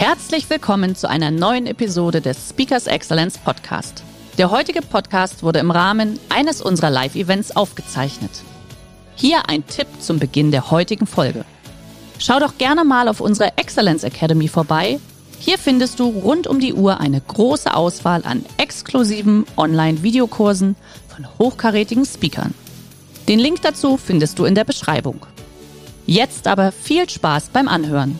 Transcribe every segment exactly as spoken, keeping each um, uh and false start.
Herzlich willkommen zu einer neuen Episode des Speakers Excellence Podcast. Der heutige Podcast wurde im Rahmen eines unserer Live-Events aufgezeichnet. Hier ein Tipp zum Beginn der heutigen Folge. Schau doch gerne mal auf unserer Excellence Academy vorbei. Hier findest du rund um die Uhr eine große Auswahl an exklusiven Online-Videokursen von hochkarätigen Speakern. Den Link dazu findest du in der Beschreibung. Jetzt aber viel Spaß beim Anhören.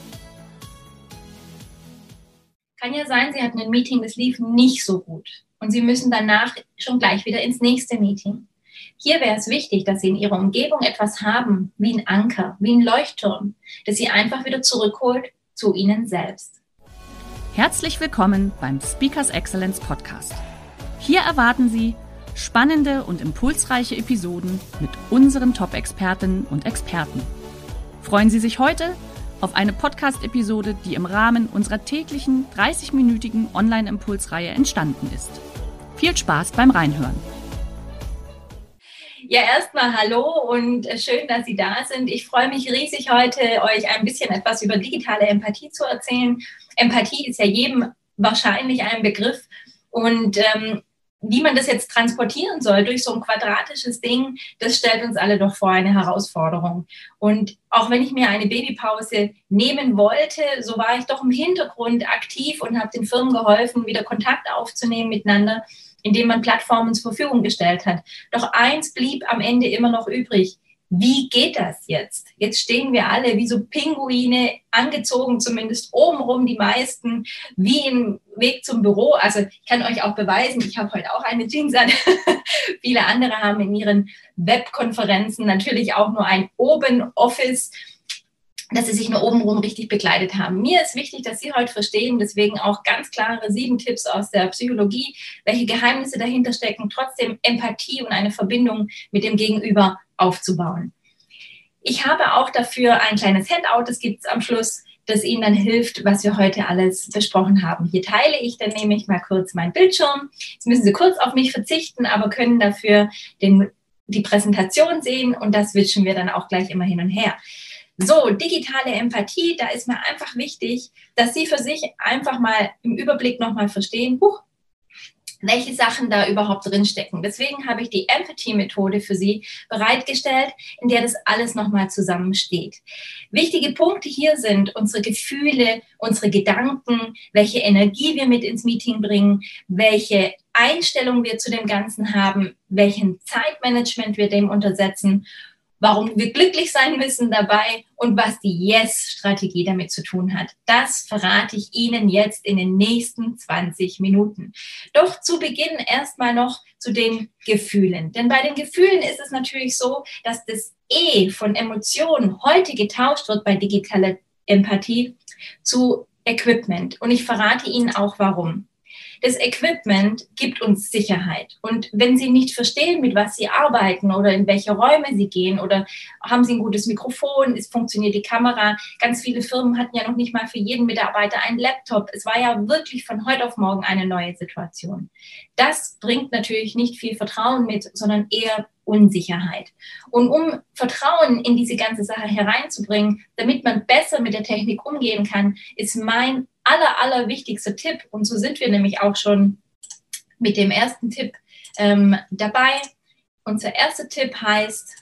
Kann ja sein, Sie hatten ein Meeting, das lief nicht so gut und Sie müssen danach schon gleich wieder ins nächste Meeting. Hier wäre es wichtig, dass Sie in Ihrer Umgebung etwas haben, wie ein Anker, wie ein Leuchtturm, das Sie einfach wieder zurückholt zu Ihnen selbst. Herzlich willkommen beim Speakers Excellence Podcast. Hier erwarten Sie spannende und impulsreiche Episoden mit unseren Top-Expertinnen und Experten. Freuen Sie sich heute auf eine Podcast-Episode, die im Rahmen unserer täglichen dreißig-minütigen Online-Impulsreihe entstanden ist. Viel Spaß beim Reinhören. Ja, erstmal hallo und schön, dass Sie da sind. Ich freue mich riesig, heute euch ein bisschen etwas über digitale Empathie zu erzählen. Empathie ist ja jedem wahrscheinlich ein Begriff und ähm, wie man das jetzt transportieren soll durch so ein quadratisches Ding, das stellt uns alle doch vor eine Herausforderung. Und auch wenn ich mir eine Babypause nehmen wollte, so war ich doch im Hintergrund aktiv und habe den Firmen geholfen, wieder Kontakt aufzunehmen miteinander, indem man Plattformen zur Verfügung gestellt hat. Doch eins blieb am Ende immer noch übrig. Wie geht das jetzt? Jetzt stehen wir alle wie so Pinguine, angezogen zumindest obenrum die meisten, wie im Weg zum Büro. Also ich kann euch auch beweisen, ich habe heute auch eine Jeans an. Viele andere haben in ihren Webkonferenzen natürlich auch nur ein Open-Office, dass sie sich nur obenrum richtig bekleidet haben. Mir ist wichtig, dass Sie heute verstehen, deswegen auch ganz klare sieben Tipps aus der Psychologie, welche Geheimnisse dahinter stecken, trotzdem Empathie und eine Verbindung mit dem Gegenüber aufzubauen. Ich habe auch dafür ein kleines Handout, das gibt es am Schluss, das Ihnen dann hilft, was wir heute alles besprochen haben. Hier teile ich dann nämlich mal kurz meinen Bildschirm. Jetzt müssen Sie kurz auf mich verzichten, aber können dafür den, die Präsentation sehen und das switchen wir dann auch gleich immer hin und her. So, digitale Empathie, da ist mir einfach wichtig, dass Sie für sich einfach mal im Überblick nochmal verstehen, huch, welche Sachen da überhaupt drinstecken. Deswegen habe ich die Empathy-Methode für Sie bereitgestellt, in der das alles nochmal zusammensteht. Wichtige Punkte hier sind unsere Gefühle, unsere Gedanken, welche Energie wir mit ins Meeting bringen, welche Einstellung wir zu dem Ganzen haben, welchen Zeitmanagement wir dem untersetzen, warum wir glücklich sein müssen dabei und was die Yes-Strategie damit zu tun hat. Das verrate ich Ihnen jetzt in den nächsten zwanzig Minuten. Doch zu Beginn erstmal noch zu den Gefühlen. Denn bei den Gefühlen ist es natürlich so, dass das E von Emotionen heute getauscht wird bei digitaler Empathie zu Equipment. Und ich verrate Ihnen auch, warum. Das Equipment gibt uns Sicherheit. Und wenn Sie nicht verstehen, mit was Sie arbeiten oder in welche Räume Sie gehen oder haben Sie ein gutes Mikrofon, es funktioniert die Kamera. Ganz viele Firmen hatten ja noch nicht mal für jeden Mitarbeiter einen Laptop. Es war ja wirklich von heute auf morgen eine neue Situation. Das bringt natürlich nicht viel Vertrauen mit, sondern eher Unsicherheit. Und um Vertrauen in diese ganze Sache hereinzubringen, damit man besser mit der Technik umgehen kann, ist mein aller, aller wichtigster Tipp, und so sind wir nämlich auch schon mit dem ersten Tipp ähm, dabei. Unser erster Tipp heißt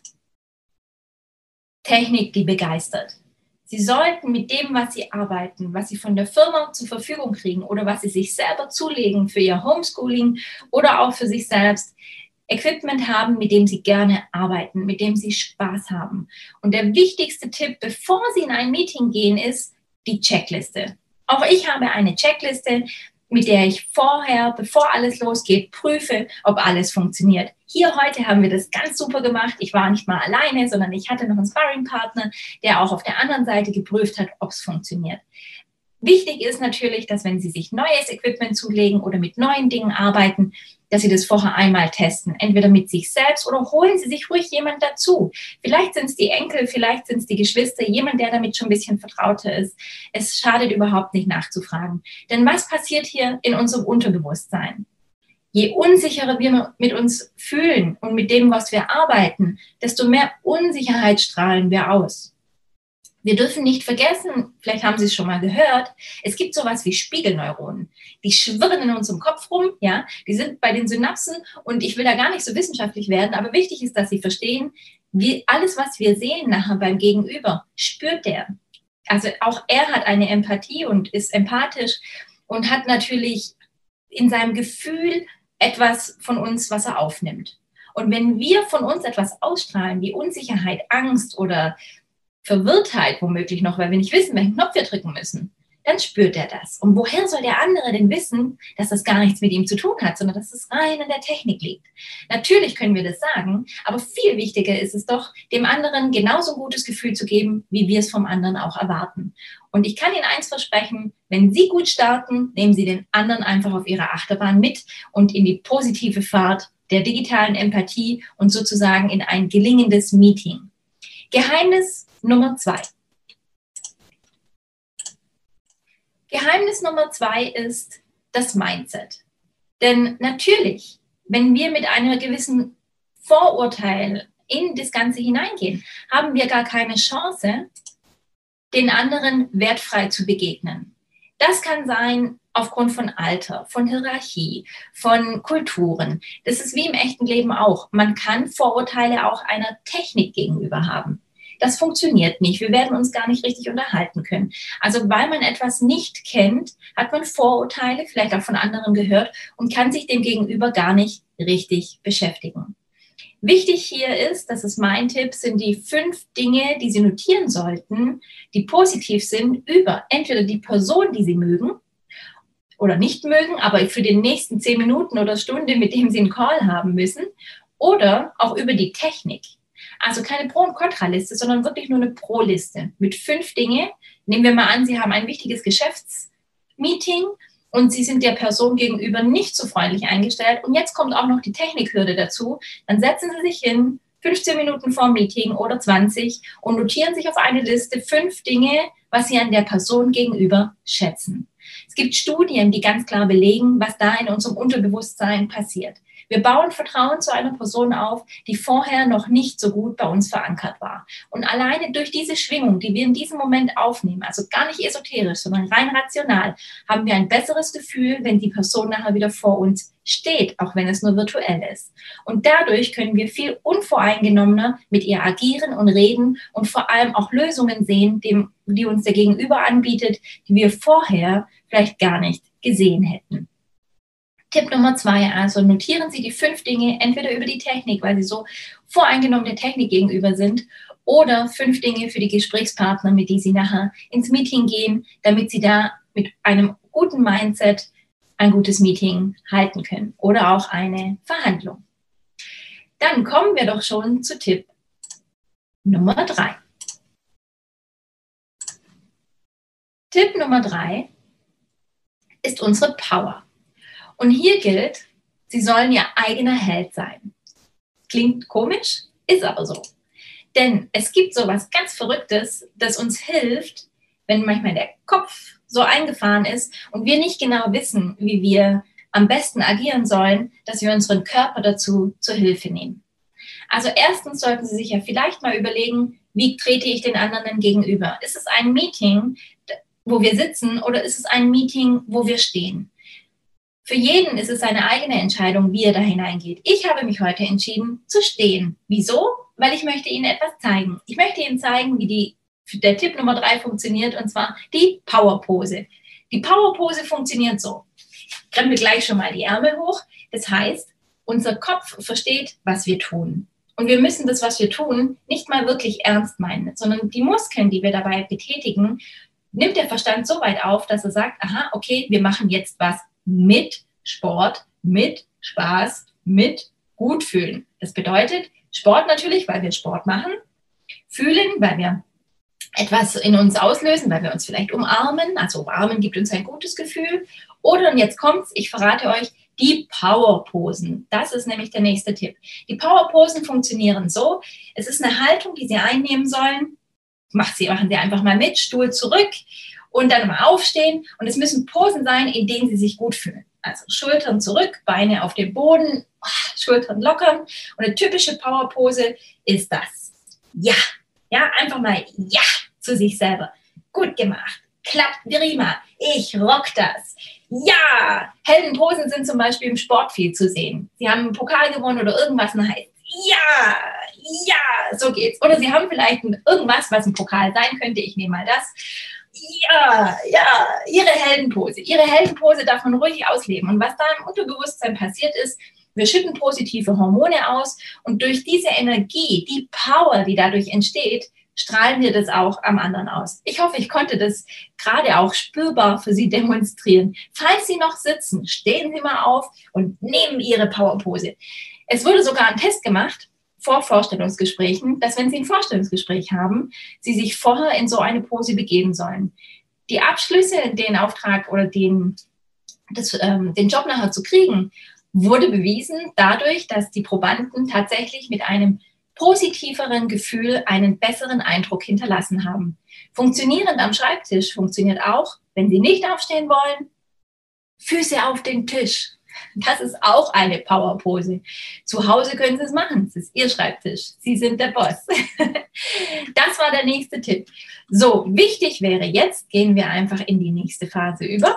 Technik, die begeistert. Sie sollten mit dem, was Sie arbeiten, was Sie von der Firma zur Verfügung kriegen oder was Sie sich selber zulegen für Ihr Homeschooling oder auch für sich selbst, Equipment haben, mit dem Sie gerne arbeiten, mit dem Sie Spaß haben. Und der wichtigste Tipp, bevor Sie in ein Meeting gehen, ist die Checkliste. Auch ich habe eine Checkliste, mit der ich vorher, bevor alles losgeht, prüfe, ob alles funktioniert. Hier heute haben wir das ganz super gemacht. Ich war nicht mal alleine, sondern ich hatte noch einen Sparringpartner, der auch auf der anderen Seite geprüft hat, ob es funktioniert. Wichtig ist natürlich, dass wenn Sie sich neues Equipment zulegen oder mit neuen Dingen arbeiten, dass Sie das vorher einmal testen. Entweder mit sich selbst oder holen Sie sich ruhig jemand dazu. Vielleicht sind es die Enkel, vielleicht sind es die Geschwister, jemand, der damit schon ein bisschen vertrauter ist. Es schadet überhaupt nicht nachzufragen. Denn was passiert hier in unserem Unterbewusstsein? Je unsicherer wir mit uns fühlen und mit dem, was wir arbeiten, desto mehr Unsicherheit strahlen wir aus. Wir dürfen nicht vergessen, vielleicht haben Sie es schon mal gehört, es gibt sowas wie Spiegelneuronen. Die schwirren in unserem Kopf rum, ja, die sind bei den Synapsen und ich will da gar nicht so wissenschaftlich werden, aber wichtig ist, dass Sie verstehen, wie alles, was wir sehen nachher beim Gegenüber, spürt der. Also auch er hat eine Empathie und ist empathisch und hat natürlich in seinem Gefühl etwas von uns, was er aufnimmt. Und wenn wir von uns etwas ausstrahlen, wie Unsicherheit, Angst oder Verwirrtheit womöglich noch, weil wir nicht wissen, welchen Knopf wir drücken müssen, dann spürt er das. Und woher soll der andere denn wissen, dass das gar nichts mit ihm zu tun hat, sondern dass es rein in der Technik liegt? Natürlich können wir das sagen, aber viel wichtiger ist es doch, dem anderen genauso ein gutes Gefühl zu geben, wie wir es vom anderen auch erwarten. Und ich kann Ihnen eins versprechen, wenn Sie gut starten, nehmen Sie den anderen einfach auf Ihrer Achterbahn mit und in die positive Fahrt der digitalen Empathie und sozusagen in ein gelingendes Meeting. Geheimnis Nummer zwei. Geheimnis Nummer zwei ist das Mindset. Denn natürlich, wenn wir mit einem gewissen Vorurteil in das Ganze hineingehen, haben wir gar keine Chance, den anderen wertfrei zu begegnen. Das kann sein aufgrund von Alter, von Hierarchie, von Kulturen. Das ist wie im echten Leben auch. Man kann Vorurteile auch einer Technik gegenüber haben. Das funktioniert nicht. Wir werden uns gar nicht richtig unterhalten können. Also weil man etwas nicht kennt, hat man Vorurteile, vielleicht auch von anderen gehört und kann sich dem Gegenüber gar nicht richtig beschäftigen. Wichtig hier ist, das ist mein Tipp, sind die fünf Dinge, die Sie notieren sollten, die positiv sind über entweder die Person, die Sie mögen oder nicht mögen, aber für den nächsten zehn Minuten oder Stunde, mit dem Sie einen Call haben müssen, oder auch über die Technik. Also keine Pro- und Kontraliste, sondern wirklich nur eine Pro-Liste mit fünf Dinge. Nehmen wir mal an, Sie haben ein wichtiges Geschäftsmeeting und Sie sind der Person gegenüber nicht so freundlich eingestellt und jetzt kommt auch noch die Technikhürde dazu. Dann setzen Sie sich hin, fünfzehn Minuten vor dem Meeting oder zwanzig und notieren sich auf eine Liste fünf Dinge, was Sie an der Person gegenüber schätzen. Es gibt Studien, die ganz klar belegen, was da in unserem Unterbewusstsein passiert. Wir bauen Vertrauen zu einer Person auf, die vorher noch nicht so gut bei uns verankert war. Und alleine durch diese Schwingung, die wir in diesem Moment aufnehmen, also gar nicht esoterisch, sondern rein rational, haben wir ein besseres Gefühl, wenn die Person nachher wieder vor uns steht, auch wenn es nur virtuell ist. Und dadurch können wir viel unvoreingenommener mit ihr agieren und reden und vor allem auch Lösungen sehen, dem, die uns der Gegenüber anbietet, die wir vorher vielleicht gar nicht gesehen hätten. Tipp Nummer zwei, also notieren Sie die fünf Dinge, entweder über die Technik, weil Sie so voreingenommen der Technik gegenüber sind, oder fünf Dinge für die Gesprächspartner, mit denen Sie nachher ins Meeting gehen, damit Sie da mit einem guten Mindset ein gutes Meeting halten können oder auch eine Verhandlung. Dann kommen wir doch schon zu Tipp Nummer drei. Tipp Nummer drei ist unsere Power. Und hier gilt, Sie sollen Ihr eigener Held sein. Klingt komisch, ist aber so. Denn es gibt so was ganz Verrücktes, das uns hilft, wenn manchmal der Kopf so eingefahren ist und wir nicht genau wissen, wie wir am besten agieren sollen, dass wir unseren Körper dazu zur Hilfe nehmen. Also erstens sollten Sie sich ja vielleicht mal überlegen, wie trete ich den anderen gegenüber? Ist es ein Meeting, wo wir sitzen, oder ist es ein Meeting, wo wir stehen? Für jeden ist es seine eigene Entscheidung, wie er da hineingeht. Ich habe mich heute entschieden, zu stehen. Wieso? Weil ich möchte Ihnen etwas zeigen. Ich möchte Ihnen zeigen, wie die, der Tipp Nummer drei funktioniert, und zwar die Powerpose. Die Powerpose funktioniert so. Krempel gleich schon mal die Ärmel hoch. Das heißt, unser Kopf versteht, was wir tun. Und wir müssen das, was wir tun, nicht mal wirklich ernst meinen, sondern die Muskeln, die wir dabei betätigen, nimmt der Verstand so weit auf, dass er sagt, aha, okay, wir machen jetzt was mit Sport, mit Spaß, mit Gutfühlen. Das bedeutet Sport natürlich, weil wir Sport machen, fühlen, weil wir etwas in uns auslösen, weil wir uns vielleicht umarmen, also umarmen gibt uns ein gutes Gefühl. Oder, und jetzt kommt's, ich verrate euch, die Powerposen. Das ist nämlich der nächste Tipp. Die Powerposen funktionieren so, es ist eine Haltung, die Sie einnehmen sollen. Macht Sie, machen Sie einfach mal mit, Stuhl zurück und dann mal aufstehen. Und es müssen Posen sein, in denen Sie sich gut fühlen. Also Schultern zurück, Beine auf den Boden, Schultern lockern. Und eine typische Powerpose ist das. Ja, ja, einfach mal ja zu sich selber. Gut gemacht, klappt prima, ich rock das. Ja, Heldenposen sind zum Beispiel im Sport viel zu sehen. Sie haben einen Pokal gewonnen oder irgendwas und heißt, ja, ja, so geht's. Oder Sie haben vielleicht irgendwas, was ein Pokal sein könnte, ich nehme mal das. Ja, ja, Ihre Heldenpose. Ihre Heldenpose darf man ruhig ausleben. Und was da im Unterbewusstsein passiert ist, wir schütten positive Hormone aus und durch diese Energie, die Power, die dadurch entsteht, strahlen wir das auch am anderen aus. Ich hoffe, ich konnte das gerade auch spürbar für Sie demonstrieren. Falls Sie noch sitzen, stehen Sie mal auf und nehmen Ihre Powerpose. Es wurde sogar ein Test gemacht vor Vorstellungsgesprächen, dass wenn Sie ein Vorstellungsgespräch haben, Sie sich vorher in so eine Pose begeben sollen. Die Abschlüsse, den Auftrag oder den, das, ähm, den Job nachher zu kriegen, wurde bewiesen dadurch, dass die Probanden tatsächlich mit einem positiveren Gefühl einen besseren Eindruck hinterlassen haben. Funktionierend am Schreibtisch funktioniert auch, wenn Sie nicht aufstehen wollen, Füße auf den Tisch. Das ist auch eine Powerpose. Zu Hause können Sie es machen. Es ist Ihr Schreibtisch. Sie sind der Boss. Das war der nächste Tipp. So, wichtig wäre jetzt, gehen wir einfach in die nächste Phase über.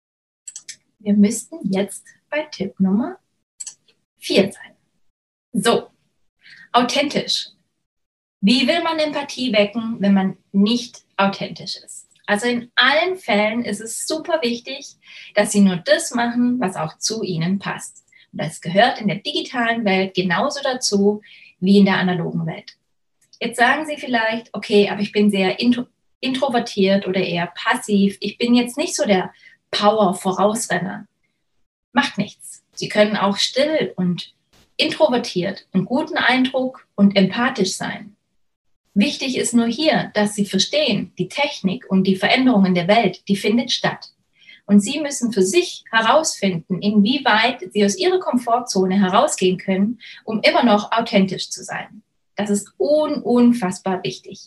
Wir müssten jetzt bei Tipp Nummer vier sein. So, authentisch. Wie will man Empathie wecken, wenn man nicht authentisch ist? Also in allen Fällen ist es super wichtig, dass Sie nur das machen, was auch zu Ihnen passt. Und das gehört in der digitalen Welt genauso dazu wie in der analogen Welt. Jetzt sagen Sie vielleicht, okay, aber ich bin sehr intro- introvertiert oder eher passiv. Ich bin jetzt nicht so der Power-Vorausrenner. Macht nichts. Sie können auch still und introvertiert, einen guten Eindruck und empathisch sein. Wichtig ist nur hier, dass Sie verstehen, die Technik und die Veränderungen der Welt, die findet statt. Und Sie müssen für sich herausfinden, inwieweit Sie aus Ihrer Komfortzone herausgehen können, um immer noch authentisch zu sein. Das ist un- unfassbar wichtig.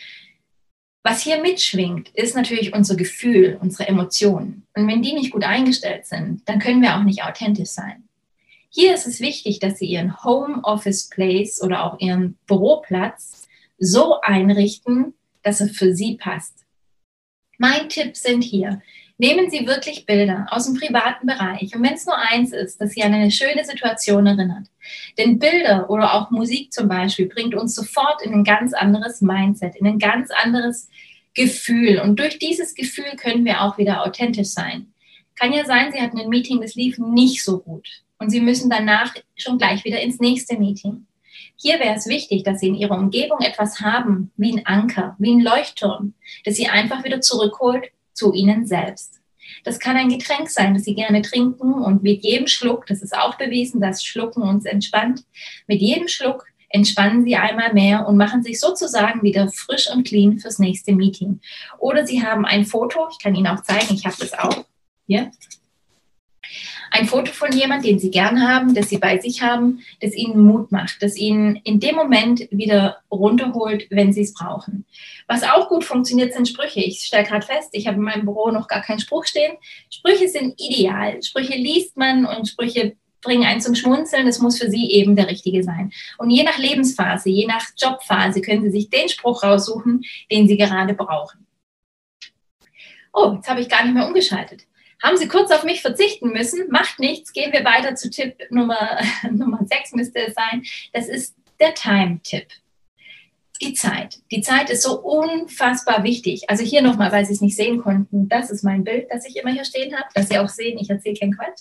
Was hier mitschwingt, ist natürlich unser Gefühl, unsere Emotionen. Und wenn die nicht gut eingestellt sind, dann können wir auch nicht authentisch sein. Hier ist es wichtig, dass Sie Ihren Home Office Place oder auch Ihren Büroplatz so einrichten, dass er für Sie passt. Mein Tipp sind hier, nehmen Sie wirklich Bilder aus dem privaten Bereich und wenn es nur eins ist, das Sie an eine schöne Situation erinnert. Denn Bilder oder auch Musik zum Beispiel bringt uns sofort in ein ganz anderes Mindset, in ein ganz anderes Gefühl und durch dieses Gefühl können wir auch wieder authentisch sein. Kann ja sein, Sie hatten ein Meeting, das lief nicht so gut und Sie müssen danach schon gleich wieder ins nächste Meeting. Hier wäre es wichtig, dass Sie in Ihrer Umgebung etwas haben, wie ein Anker, wie ein Leuchtturm, das Sie einfach wieder zurückholt zu Ihnen selbst. Das kann ein Getränk sein, das Sie gerne trinken und mit jedem Schluck, das ist auch bewiesen, dass Schlucken uns entspannt, mit jedem Schluck entspannen Sie einmal mehr und machen sich sozusagen wieder frisch und clean fürs nächste Meeting. Oder Sie haben ein Foto, ich kann Ihnen auch zeigen, ich habe das auch hier. Ein Foto von jemandem, den Sie gern haben, das Sie bei sich haben, das Ihnen Mut macht, das Ihnen in dem Moment wieder runterholt, wenn Sie es brauchen. Was auch gut funktioniert, sind Sprüche. Ich stelle gerade fest, ich habe in meinem Büro noch gar keinen Spruch stehen. Sprüche sind ideal. Sprüche liest man und Sprüche bringen einen zum Schmunzeln. Das muss für Sie eben der richtige sein. Und je nach Lebensphase, je nach Jobphase können Sie sich den Spruch raussuchen, den Sie gerade brauchen. Oh, jetzt habe ich gar nicht mehr umgeschaltet. Haben Sie kurz auf mich verzichten müssen? Macht nichts. Gehen wir weiter zu Tipp Nummer, Nummer sechs müsste es sein. Das ist der Time-Tipp. Die Zeit. Die Zeit ist so unfassbar wichtig. Also hier nochmal, weil Sie es nicht sehen konnten. Das ist mein Bild, das ich immer hier stehen habe. Dass Sie auch sehen, ich erzähle keinen Quatsch.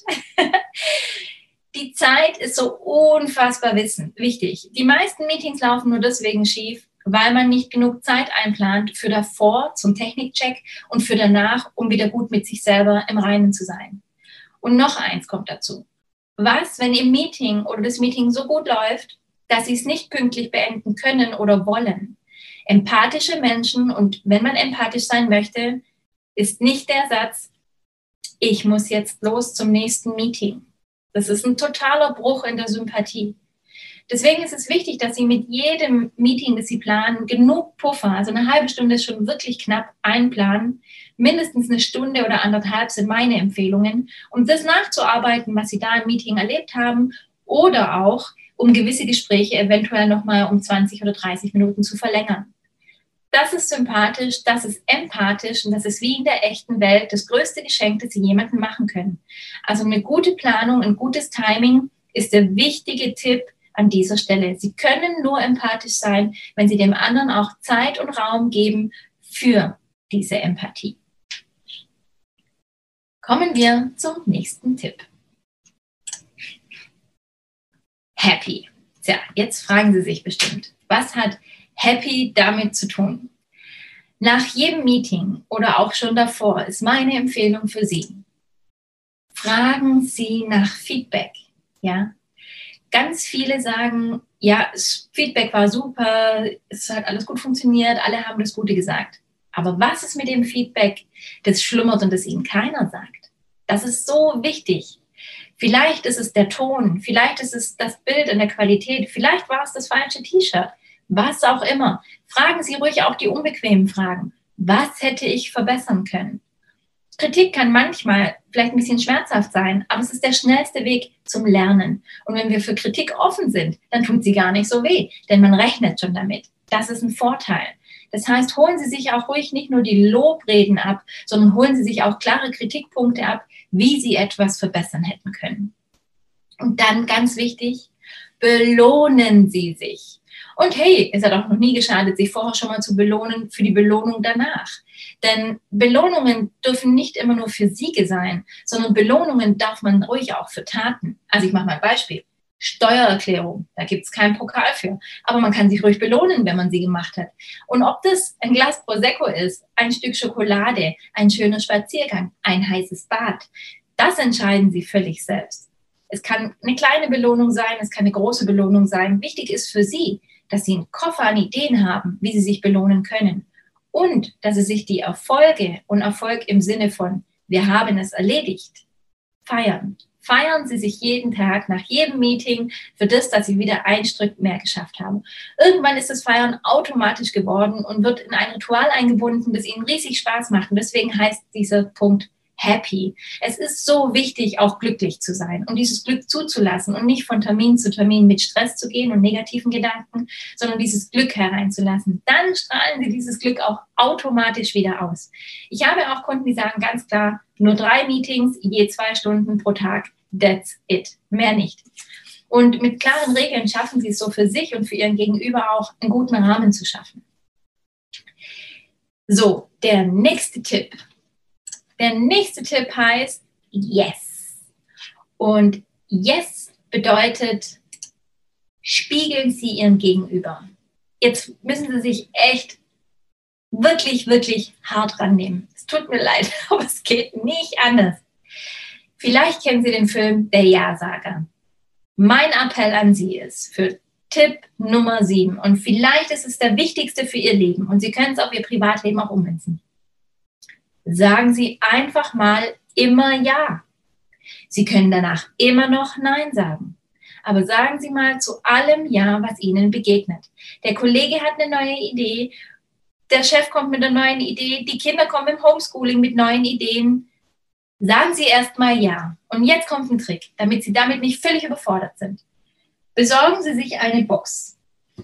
Die Zeit ist so unfassbar wichtig. Die meisten Meetings laufen nur deswegen schief, weil man nicht genug Zeit einplant für davor zum Technikcheck und für danach, um wieder gut mit sich selber im Reinen zu sein. Und noch eins kommt dazu. Was, wenn im Meeting oder das Meeting so gut läuft, dass Sie es nicht pünktlich beenden können oder wollen? Empathische Menschen, und wenn man empathisch sein möchte, ist nicht der Satz, ich muss jetzt los zum nächsten Meeting. Das ist ein totaler Bruch in der Sympathie. Deswegen ist es wichtig, dass Sie mit jedem Meeting, das Sie planen, genug Puffer, also eine halbe Stunde ist schon wirklich knapp, einplanen. Mindestens eine Stunde oder anderthalb sind meine Empfehlungen, um das nachzuarbeiten, was Sie da im Meeting erlebt haben oder auch, um gewisse Gespräche eventuell nochmal um zwanzig oder dreißig Minuten zu verlängern. das ist sympathisch, das ist empathisch und das ist wie in der echten Welt das größte Geschenk, das Sie jemandem machen können. Also eine gute Planung, ein gutes Timing ist der wichtige Tipp an dieser Stelle. Sie können nur empathisch sein, wenn Sie dem anderen auch Zeit und Raum geben für diese Empathie. Kommen wir zum nächsten Tipp. Happy. Tja, jetzt fragen Sie sich bestimmt, was hat Happy damit zu tun? Nach jedem Meeting oder auch schon davor ist meine Empfehlung für Sie: Fragen Sie nach Feedback. Ja? Ganz viele sagen, ja, das Feedback war super, es hat alles gut funktioniert, alle haben das Gute gesagt. Aber was ist mit dem Feedback, das schlummert und das Ihnen keiner sagt? Das ist so wichtig. Vielleicht ist es der Ton, vielleicht ist es das Bild in der Qualität, vielleicht war es das falsche T-Shirt, was auch immer. Fragen Sie ruhig auch die unbequemen Fragen. Was hätte ich verbessern können? Kritik kann manchmal vielleicht ein bisschen schmerzhaft sein, aber es ist der schnellste Weg zum Lernen. Und wenn wir für Kritik offen sind, dann tut sie gar nicht so weh, denn man rechnet schon damit. Das ist ein Vorteil. Das heißt, holen Sie sich auch ruhig nicht nur die Lobreden ab, sondern holen Sie sich auch klare Kritikpunkte ab, wie Sie etwas verbessern hätten können. Und dann ganz wichtig, belohnen Sie sich. Und hey, es hat auch noch nie geschadet, sich vorher schon mal zu belohnen für die Belohnung danach. Denn Belohnungen dürfen nicht immer nur für Siege sein, sondern Belohnungen darf man ruhig auch für Taten. Also ich mache mal ein Beispiel. Steuererklärung, da gibt es keinen Pokal für. Aber man kann sich ruhig belohnen, wenn man sie gemacht hat. Und ob das ein Glas Prosecco ist, ein Stück Schokolade, ein schöner Spaziergang, ein heißes Bad, das entscheiden Sie völlig selbst. Es kann eine kleine Belohnung sein, es kann eine große Belohnung sein. Wichtig ist für Sie, dass Sie einen Koffer an Ideen haben, wie Sie sich belohnen können. Und dass Sie sich die Erfolge und Erfolg im Sinne von, wir haben es erledigt, feiern. Feiern Sie sich jeden Tag, nach jedem Meeting für das, dass Sie wieder ein Stück mehr geschafft haben. Irgendwann ist das Feiern automatisch geworden und wird in ein Ritual eingebunden, das Ihnen riesig Spaß macht. Und deswegen heißt dieser Punkt Happy. Es ist so wichtig, auch glücklich zu sein und dieses Glück zuzulassen und nicht von Termin zu Termin mit Stress zu gehen und negativen Gedanken, sondern dieses Glück hereinzulassen. Dann strahlen Sie dieses Glück auch automatisch wieder aus. Ich habe auch Kunden, die sagen ganz klar, nur drei Meetings, je zwei Stunden pro Tag, that's it, mehr nicht. Und mit klaren Regeln schaffen Sie es so für sich und für Ihren Gegenüber auch, einen guten Rahmen zu schaffen. So, der nächste Tipp. Der nächste Tipp heißt Yes. Und Yes bedeutet, spiegeln Sie Ihren Gegenüber. Jetzt müssen Sie sich echt wirklich, wirklich hart rannehmen. Es tut mir leid, aber es geht nicht anders. Vielleicht kennen Sie den Film Der Ja-Sager. Mein Appell an Sie ist für Tipp Nummer sieben und vielleicht ist es der wichtigste für Ihr Leben und Sie können es auf Ihr Privatleben auch ummünzen. Sagen Sie einfach mal immer Ja. Sie können danach immer noch Nein sagen. Aber sagen Sie mal zu allem Ja, was Ihnen begegnet. Der Kollege hat eine neue Idee, der Chef kommt mit einer neuen Idee, die Kinder kommen im Homeschooling mit neuen Ideen. Sagen Sie erst mal Ja. Und jetzt kommt ein Trick, damit Sie damit nicht völlig überfordert sind. Besorgen Sie sich eine Box.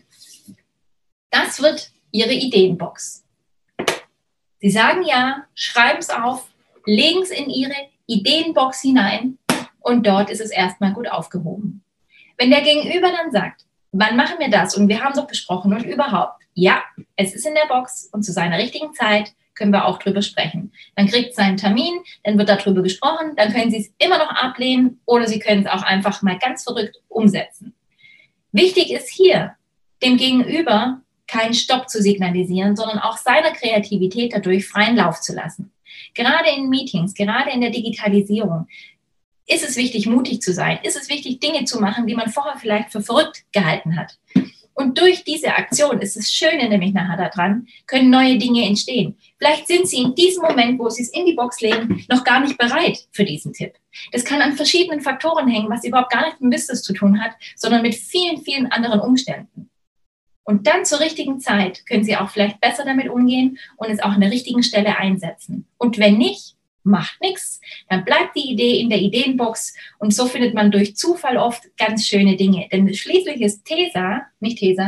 Das wird Ihre Ideenbox. Sie sagen Ja, schreiben es auf, legen es in Ihre Ideenbox hinein und dort ist es erstmal gut aufgehoben. Wenn der Gegenüber dann sagt, wann machen wir das und wir haben doch besprochen und überhaupt, ja, es ist in der Box und zu seiner richtigen Zeit können wir auch drüber sprechen. Dann kriegt es seinen Termin, dann wird darüber gesprochen, dann können Sie es immer noch ablehnen oder Sie können es auch einfach mal ganz verrückt umsetzen. Wichtig ist hier, dem Gegenüber keinen Stopp zu signalisieren, sondern auch seiner Kreativität dadurch freien Lauf zu lassen. Gerade in Meetings, gerade in der Digitalisierung ist es wichtig, mutig zu sein. Ist es wichtig, Dinge zu machen, die man vorher vielleicht für verrückt gehalten hat. Und durch diese Aktion ist das Schöne nämlich nachher daran, können neue Dinge entstehen. Vielleicht sind Sie in diesem Moment, wo Sie es in die Box legen, noch gar nicht bereit für diesen Tipp. Das kann an verschiedenen Faktoren hängen, was überhaupt gar nicht mit Business zu tun hat, sondern mit vielen, vielen anderen Umständen. Und dann zur richtigen Zeit können Sie auch vielleicht besser damit umgehen und es auch an der richtigen Stelle einsetzen. Und wenn nicht, macht nichts, dann bleibt die Idee in der Ideenbox und so findet man durch Zufall oft ganz schöne Dinge. Denn schließlich ist Tesa, nicht Tesa,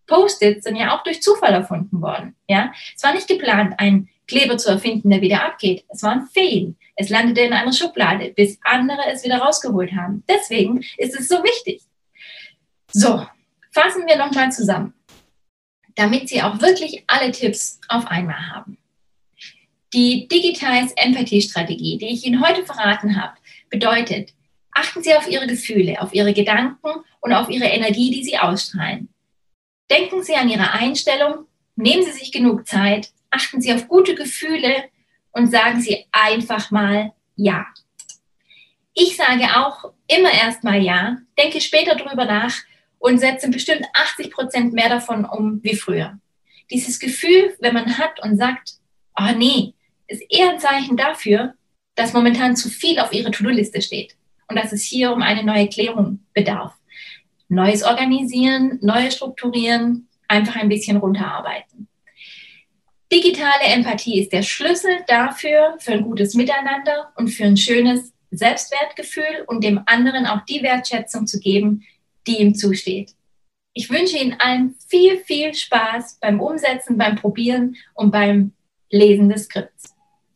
Post-its sind ja auch durch Zufall erfunden worden. Ja? Es war nicht geplant, einen Kleber zu erfinden, der wieder abgeht. Es war ein Fehl. Es landete in einer Schublade, bis andere es wieder rausgeholt haben. Deswegen ist es so wichtig. So, fassen wir nochmal zusammen, damit Sie auch wirklich alle Tipps auf einmal haben. Die Digitize Empathy Strategie, die ich Ihnen heute verraten habe, bedeutet, achten Sie auf Ihre Gefühle, auf Ihre Gedanken und auf Ihre Energie, die Sie ausstrahlen. Denken Sie an Ihre Einstellung, nehmen Sie sich genug Zeit, achten Sie auf gute Gefühle und sagen Sie einfach mal Ja. Ich sage auch immer erst mal Ja, denke später drüber nach und setze bestimmt achtzig Prozent mehr davon um wie früher. Dieses Gefühl, wenn man hat und sagt, oh nee, ist eher ein Zeichen dafür, dass momentan zu viel auf Ihrer To-Do-Liste steht und dass es hier um eine neue Klärung bedarf. Neues organisieren, neu strukturieren, einfach ein bisschen runterarbeiten. Digitale Empathie ist der Schlüssel dafür, für ein gutes Miteinander und für ein schönes Selbstwertgefühl und dem anderen auch die Wertschätzung zu geben, die ihm zusteht. Ich wünsche Ihnen allen viel, viel Spaß beim Umsetzen, beim Probieren und beim Lesen des Skripts.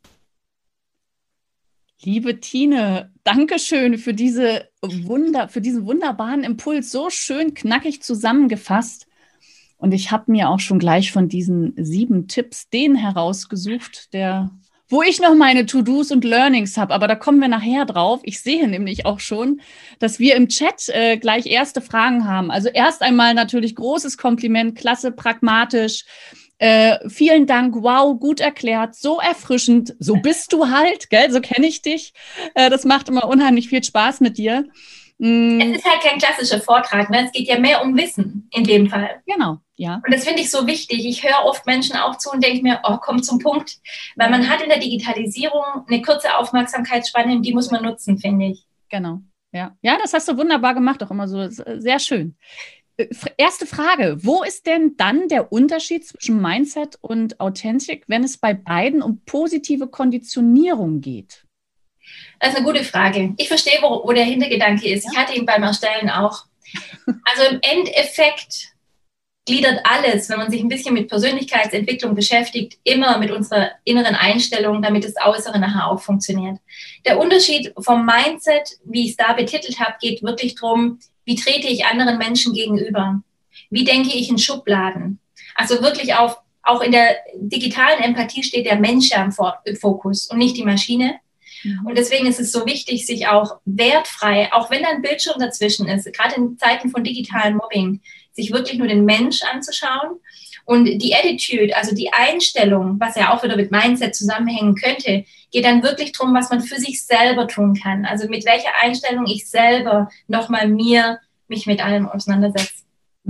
Liebe Tine, danke schön für diese Wunder, für diesen wunderbaren Impuls, so schön knackig zusammengefasst. Und ich habe mir auch schon gleich von diesen sieben Tipps den herausgesucht, der, wo ich noch meine To-Dos und Learnings habe. Aber da kommen wir nachher drauf. Ich sehe nämlich auch schon, dass wir im Chat äh, gleich erste Fragen haben. Also erst einmal natürlich großes Kompliment, klasse, pragmatisch. Äh, vielen Dank, wow, gut erklärt, so erfrischend, so bist du halt, gell, so kenne ich dich. Äh, das macht immer unheimlich viel Spaß mit dir. Mm. Es ist halt kein klassischer Vortrag, ne? Es geht ja mehr um Wissen in dem Fall. Genau, ja. Und das finde ich so wichtig. Ich höre oft Menschen auch zu und denke mir, oh, komm zum Punkt. Weil man hat in der Digitalisierung eine kurze Aufmerksamkeitsspanne, die muss man nutzen, finde ich. Genau, ja. Ja, das hast du wunderbar gemacht, auch immer so, sehr schön. Erste Frage, wo ist denn dann der Unterschied zwischen Mindset und Authentik, wenn es bei beiden um positive Konditionierung geht? Das ist eine gute Frage. Ich verstehe, wo, wo der Hintergedanke ist. Ja. Ich hatte ihn beim Erstellen auch. Also im Endeffekt gliedert alles, wenn man sich ein bisschen mit Persönlichkeitsentwicklung beschäftigt, immer mit unserer inneren Einstellung, damit das Äußere nachher auch funktioniert. Der Unterschied vom Mindset, wie ich es da betitelt habe, geht wirklich darum, wie trete ich anderen Menschen gegenüber? Wie denke ich in Schubladen? Also wirklich auf, auch in der digitalen Empathie steht der Mensch ja im Fokus und nicht die Maschine. Mhm. Und deswegen ist es so wichtig, sich auch wertfrei, auch wenn da ein Bildschirm dazwischen ist, gerade in Zeiten von digitalen Mobbing, sich wirklich nur den Mensch anzuschauen. Und die Attitude, also die Einstellung, was ja auch wieder mit Mindset zusammenhängen könnte, geht dann wirklich darum, was man für sich selber tun kann. Also mit welcher Einstellung ich selber nochmal mir, mich mit allem auseinandersetze.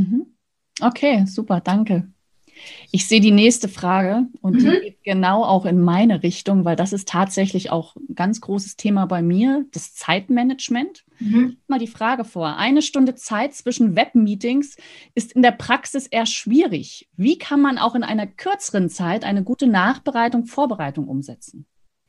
Okay, super, danke. Ich sehe die nächste Frage und mhm. die geht genau auch in meine Richtung, weil das ist tatsächlich auch ein ganz großes Thema bei mir, das Zeitmanagement. Mhm. Mal die Frage vor, eine Stunde Zeit zwischen Webmeetings ist in der Praxis eher schwierig. Wie kann man auch in einer kürzeren Zeit eine gute Nachbereitung, Vorbereitung umsetzen?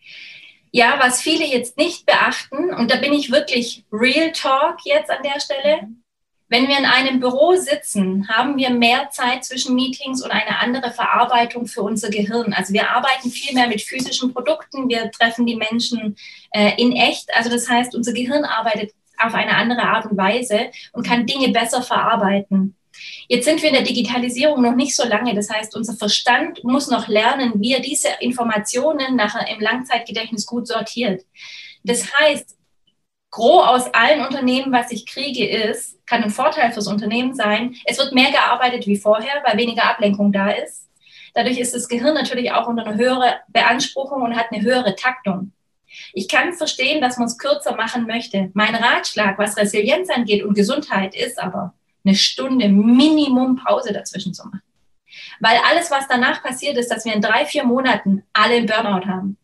Ja, was viele jetzt nicht beachten, und da bin ich wirklich Real Talk jetzt an der Stelle, mhm. wenn wir in einem Büro sitzen, haben wir mehr Zeit zwischen Meetings und eine andere Verarbeitung für unser Gehirn. Also wir arbeiten viel mehr mit physischen Produkten, wir treffen die Menschen äh, in echt. Also das heißt, unser Gehirn arbeitet auf eine andere Art und Weise und kann Dinge besser verarbeiten. Jetzt sind wir in der Digitalisierung noch nicht so lange. Das heißt, unser Verstand muss noch lernen, wie er diese Informationen nachher im Langzeitgedächtnis gut sortiert. Das heißt, Gros aus allen Unternehmen, was ich kriege, ist, kann ein Vorteil fürs Unternehmen sein. Es wird mehr gearbeitet wie vorher, weil weniger Ablenkung da ist. Dadurch ist das Gehirn natürlich auch unter einer höheren Beanspruchung und hat eine höhere Taktung. Ich kann verstehen, dass man es kürzer machen möchte. Mein Ratschlag, was Resilienz angeht und Gesundheit, ist aber, eine Stunde Minimum Pause dazwischen zu machen. Weil alles, was danach passiert, ist, dass wir in drei, vier Monaten alle einen Burnout haben.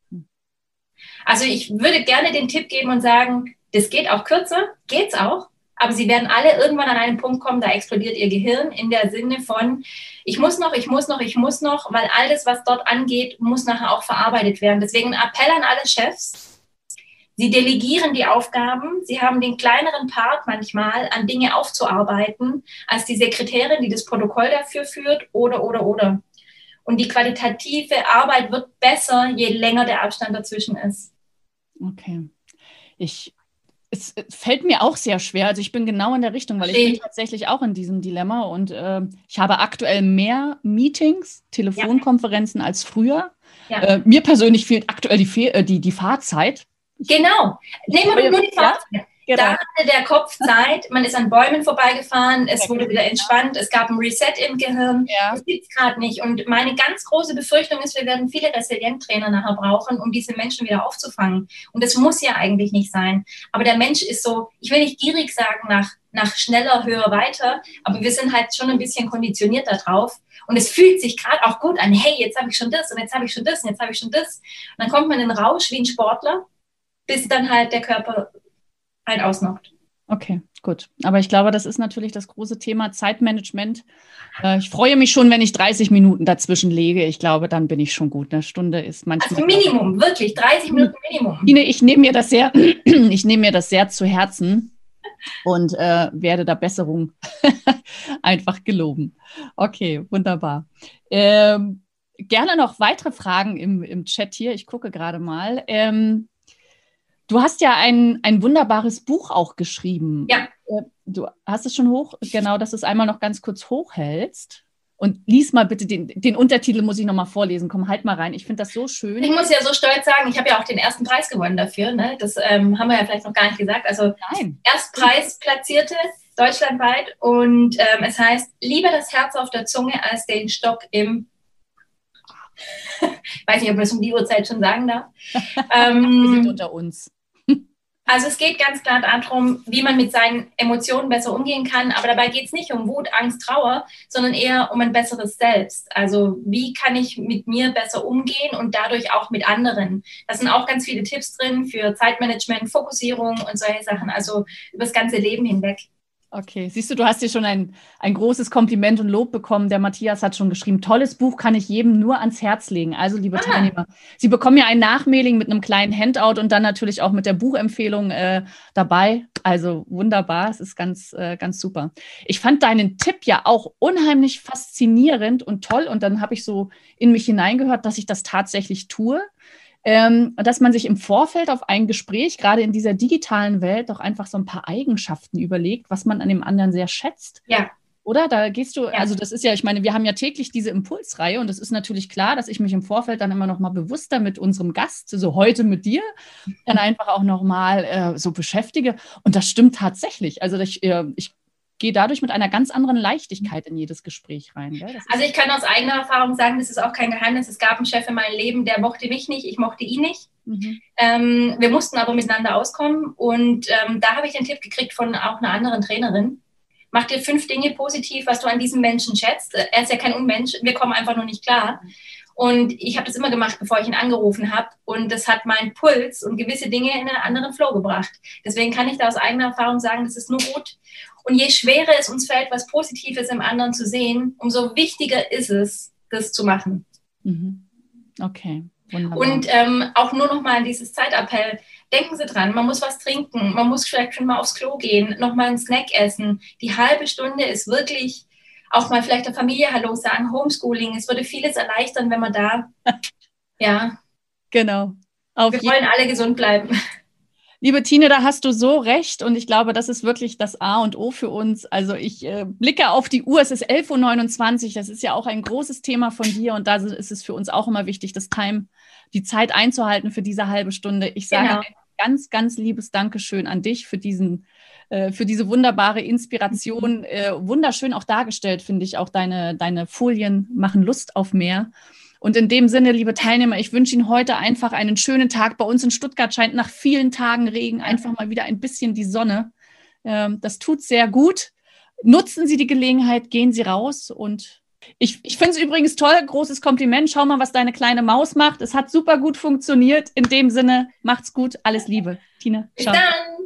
Also ich würde gerne den Tipp geben und sagen, das geht auch kürzer, geht's auch, aber Sie werden alle irgendwann an einen Punkt kommen, da explodiert Ihr Gehirn in der Sinne von, ich muss noch, ich muss noch, ich muss noch, weil alles, was dort angeht, muss nachher auch verarbeitet werden. Deswegen ein Appell an alle Chefs, Sie delegieren die Aufgaben, sie haben den kleineren Part manchmal an Dinge aufzuarbeiten, als die Sekretärin, die das Protokoll dafür führt, oder, oder, oder. Und die qualitative Arbeit wird besser, je länger der Abstand dazwischen ist. Okay. Ich, es fällt mir auch sehr schwer. Also ich bin genau in der Richtung, weil ich bin tatsächlich auch in diesem Dilemma und äh, ich habe aktuell mehr Meetings, Telefonkonferenzen ja. als früher. Ja. Äh, mir persönlich fehlt aktuell die, Fe- äh, die, die Fahrzeit. Genau. Nehmen wir nur die Fahrzeit. Ja, genau. Da hatte der Kopf Zeit, man ist an Bäumen vorbeigefahren, es wurde wieder entspannt, es gab ein Reset im Gehirn. Ja. Das gibt es gerade nicht. Und meine ganz große Befürchtung ist, wir werden viele Resilienztrainer nachher brauchen, um diese Menschen wieder aufzufangen. Und das muss ja eigentlich nicht sein. Aber der Mensch ist so, ich will nicht gierig sagen nach, nach schneller, höher, weiter, aber wir sind halt schon ein bisschen konditioniert darauf. Und es fühlt sich gerade auch gut an, hey, jetzt habe ich schon das und jetzt habe ich schon das und jetzt habe ich schon das. Und dann kommt man in den Rausch wie ein Sportler, bis dann halt der Körper halt ausnockt. Okay, gut. Aber ich glaube, das ist natürlich das große Thema Zeitmanagement. Äh, ich freue mich schon, wenn ich dreißig Minuten dazwischen lege. Ich glaube, dann bin ich schon gut. Eine Stunde ist manchmal... Also Minimum, wirklich, dreißig Minuten Minimum. Ich nehme mir das sehr, ich nehme mir das sehr zu Herzen und äh, werde da Besserung einfach geloben. Okay, wunderbar. Ähm, gerne noch weitere Fragen im, im Chat hier. Ich gucke gerade mal. Ähm, Du hast ja ein, ein wunderbares Buch auch geschrieben. Ja. Du hast es schon hoch, genau, dass du es einmal noch ganz kurz hochhältst. Und lies mal bitte, den, den Untertitel muss ich noch mal vorlesen. Komm, halt mal rein. Ich finde das so schön. Ich muss ja so stolz sagen, ich habe ja auch den ersten Preis gewonnen dafür. Ne? Das ähm, haben wir ja vielleicht noch gar nicht gesagt. Also Nein. Erstpreisplatzierte deutschlandweit. Und ähm, es heißt, lieber das Herz auf der Zunge als den Stock im... Ich weiß nicht, ob man es um die Uhrzeit schon sagen darf. ähm, wir sind unter uns. Also es geht ganz klar darum, wie man mit seinen Emotionen besser umgehen kann. Aber dabei geht es nicht um Wut, Angst, Trauer, sondern eher um ein besseres Selbst. Also wie kann ich mit mir besser umgehen und dadurch auch mit anderen. Da sind auch ganz viele Tipps drin für Zeitmanagement, Fokussierung und solche Sachen. Also über das ganze Leben hinweg. Okay, siehst du, du hast dir schon ein, ein großes Kompliment und Lob bekommen. Der Matthias hat schon geschrieben, tolles Buch, kann ich jedem nur ans Herz legen. Also, liebe ah. Teilnehmer, Sie bekommen ja ein Nachmailing mit einem kleinen Handout und dann natürlich auch mit der Buchempfehlung äh, dabei. Also wunderbar, es ist ganz, äh, ganz super. Ich fand deinen Tipp ja auch unheimlich faszinierend und toll und dann habe ich so in mich hineingehört, dass ich das tatsächlich tue. Ähm, dass man sich im Vorfeld auf ein Gespräch, gerade in dieser digitalen Welt, doch einfach so ein paar Eigenschaften überlegt, was man an dem anderen sehr schätzt. Ja. Oder? Da gehst du, ja. also das ist ja, ich meine, wir haben ja täglich diese Impulsreihe und es ist natürlich klar, dass ich mich im Vorfeld dann immer noch mal bewusster mit unserem Gast, so heute mit dir, dann einfach auch noch mal äh, so beschäftige. Und das stimmt tatsächlich. Also ich, äh, ich gehe dadurch mit einer ganz anderen Leichtigkeit in jedes Gespräch rein. Gell? Also ich kann aus eigener Erfahrung sagen, das ist auch kein Geheimnis. Es gab einen Chef in meinem Leben, der mochte mich nicht, ich mochte ihn nicht. Mhm. Ähm, wir mussten aber miteinander auskommen und ähm, da habe ich den Tipp gekriegt von auch einer anderen Trainerin. Mach dir fünf Dinge positiv, was du an diesem Menschen schätzt. Er ist ja kein Unmensch, wir kommen einfach nur nicht klar. Und ich habe das immer gemacht, bevor ich ihn angerufen habe. Und das hat meinen Puls und gewisse Dinge in einen anderen Flow gebracht. Deswegen kann ich da aus eigener Erfahrung sagen, das ist nur gut. Und je schwerer es uns fällt, was Positives im anderen zu sehen, umso wichtiger ist es, das zu machen. Mhm. Okay, wunderbar. Und ähm, auch nur noch mal an dieses Zeitappell. Denken Sie dran, man muss was trinken, man muss vielleicht schon mal aufs Klo gehen, noch mal einen Snack essen. Die halbe Stunde ist wirklich... Auch mal vielleicht der Familie Hallo sagen, Homeschooling. Es würde vieles erleichtern, wenn man da, ja. Genau. Auf wir wollen alle gesund bleiben. Liebe Tine, da hast du so recht und ich glaube, das ist wirklich das A und O für uns. Also ich äh, blicke auf die Uhr, es ist elf Uhr neunundzwanzig, das ist ja auch ein großes Thema von dir und da ist es für uns auch immer wichtig, das Time, die Zeit einzuhalten für diese halbe Stunde. Ich sage genau. ein ganz, ganz liebes Dankeschön an dich für diesen für diese wunderbare Inspiration, äh, wunderschön auch dargestellt, finde ich. Auch deine, deine Folien machen Lust auf mehr. Und in dem Sinne, liebe Teilnehmer, ich wünsche Ihnen heute einfach einen schönen Tag. Bei uns in Stuttgart scheint nach vielen Tagen Regen einfach mal wieder ein bisschen die Sonne. Ähm, das tut sehr gut. Nutzen Sie die Gelegenheit, gehen Sie raus. Und ich, ich finde es übrigens toll, großes Kompliment. Schau mal, was deine kleine Maus macht. Es hat super gut funktioniert. In dem Sinne, macht's gut. Alles Liebe. Tina, ciao. Bis dann.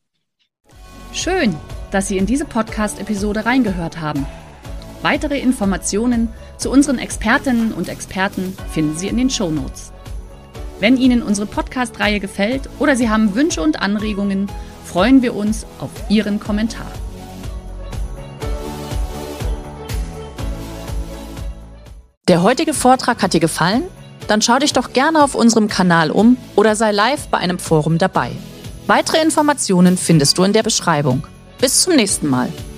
Schön, dass Sie in diese Podcast-Episode reingehört haben. Weitere Informationen zu unseren Expertinnen und Experten finden Sie in den Shownotes. Wenn Ihnen unsere Podcast-Reihe gefällt oder Sie haben Wünsche und Anregungen, freuen wir uns auf Ihren Kommentar. Der heutige Vortrag hat dir gefallen? Dann schau dich doch gerne auf unserem Kanal um oder sei live bei einem Forum dabei. Weitere Informationen findest du in der Beschreibung. Bis zum nächsten Mal.